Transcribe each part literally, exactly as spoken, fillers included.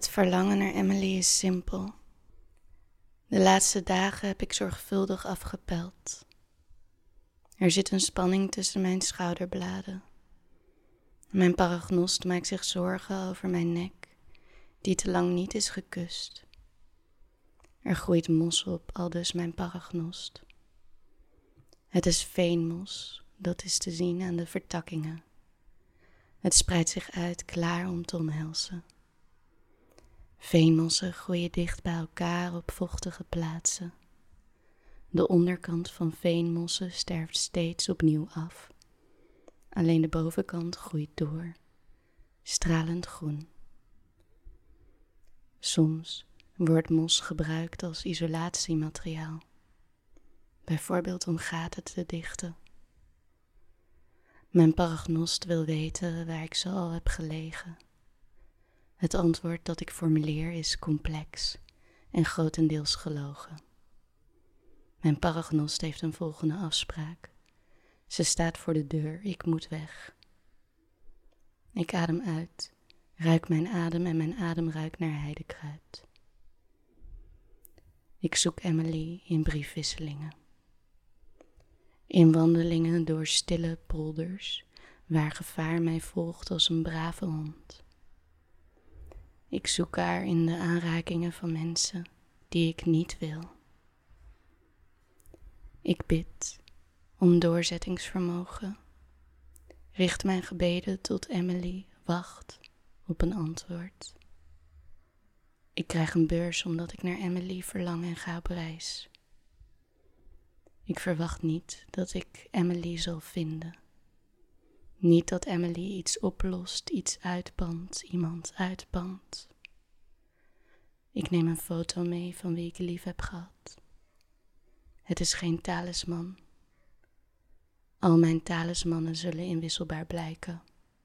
Het verlangen naar Emily is simpel. De laatste dagen heb ik zorgvuldig afgepeld. Er zit een spanning tussen mijn schouderbladen. Mijn paragnost maakt zich zorgen over mijn nek, die te lang niet is gekust. Er groeit mos op, aldus mijn paragnost. Het is veenmos, dat is te zien aan de vertakkingen. Het spreidt zich uit, klaar om te omhelzen. Veenmossen groeien dicht bij elkaar op vochtige plaatsen. De onderkant van veenmossen sterft steeds opnieuw af. Alleen de bovenkant groeit door, stralend groen. Soms wordt mos gebruikt als isolatiemateriaal, bijvoorbeeld om gaten te dichten. Mijn paragnost wil weten waar ik zo al heb gelegen. Het antwoord dat ik formuleer is complex en grotendeels gelogen. Mijn paragnost heeft een volgende afspraak. Ze staat voor de deur, ik moet weg. Ik adem uit, ruik mijn adem en mijn adem ruikt naar heidekruid. Ik zoek Emily in briefwisselingen. In wandelingen door stille polders, waar gevaar mij volgt als een brave hond. Ik zoek haar in de aanrakingen van mensen die ik niet wil. Ik bid om doorzettingsvermogen. Richt mijn gebeden tot Emily wacht op een antwoord. Ik krijg een beurs omdat ik naar Emily verlang en ga op reis. Ik verwacht niet dat ik Emily zal vinden. Niet dat Emily iets oplost, iets uitpant, iemand uitpant. Ik neem een foto mee van wie ik lief heb gehad. Het is geen talisman. Al mijn talismannen zullen inwisselbaar blijken.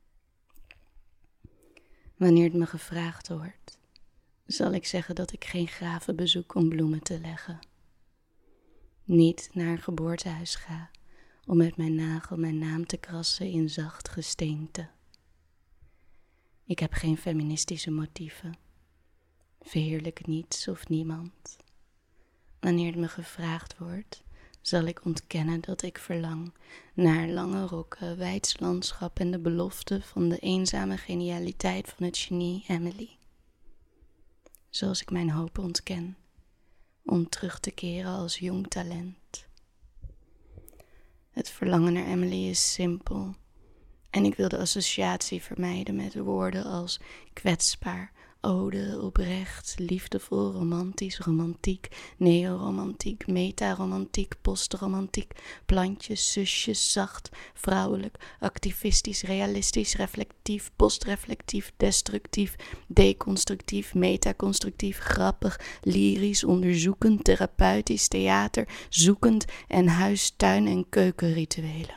Wanneer het me gevraagd wordt, zal ik zeggen dat ik geen graven bezoek om bloemen te leggen. Niet naar een geboortehuis ga om met mijn nagel mijn naam te krassen in zacht gesteente. Ik heb geen feministische motieven. Verheerlijk niets of niemand. Wanneer het me gevraagd wordt, zal ik ontkennen dat ik verlang naar lange rokken, wijds landschap en de belofte van de eenzame genialiteit van het genie Emily. Zoals ik mijn hoop ontken om terug te keren als jong talent. Het verlangen naar Emily is simpel en ik wil de associatie vermijden met woorden als kwetsbaar, ode, oprecht, liefdevol, romantisch, romantiek, neoromantiek, metaromantiek, postromantiek, plantjes, zusjes, zacht, vrouwelijk, activistisch, realistisch, reflectief, postreflectief, destructief, deconstructief, metaconstructief, grappig, lyrisch, onderzoekend, therapeutisch, theater, zoekend en huis, tuin en keukenrituelen.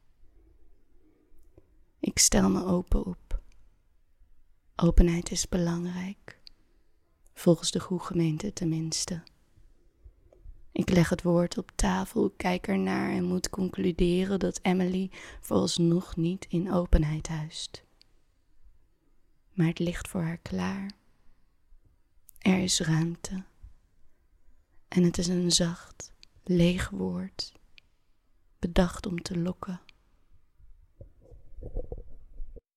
Ik stel me open op. Openheid is belangrijk, volgens de goede gemeente tenminste. Ik leg het woord op tafel, kijk ernaar en moet concluderen dat Emily vooralsnog niet in openheid huist. Maar het ligt voor haar klaar. Er is ruimte. En het is een zacht, leeg woord, bedacht om te lokken.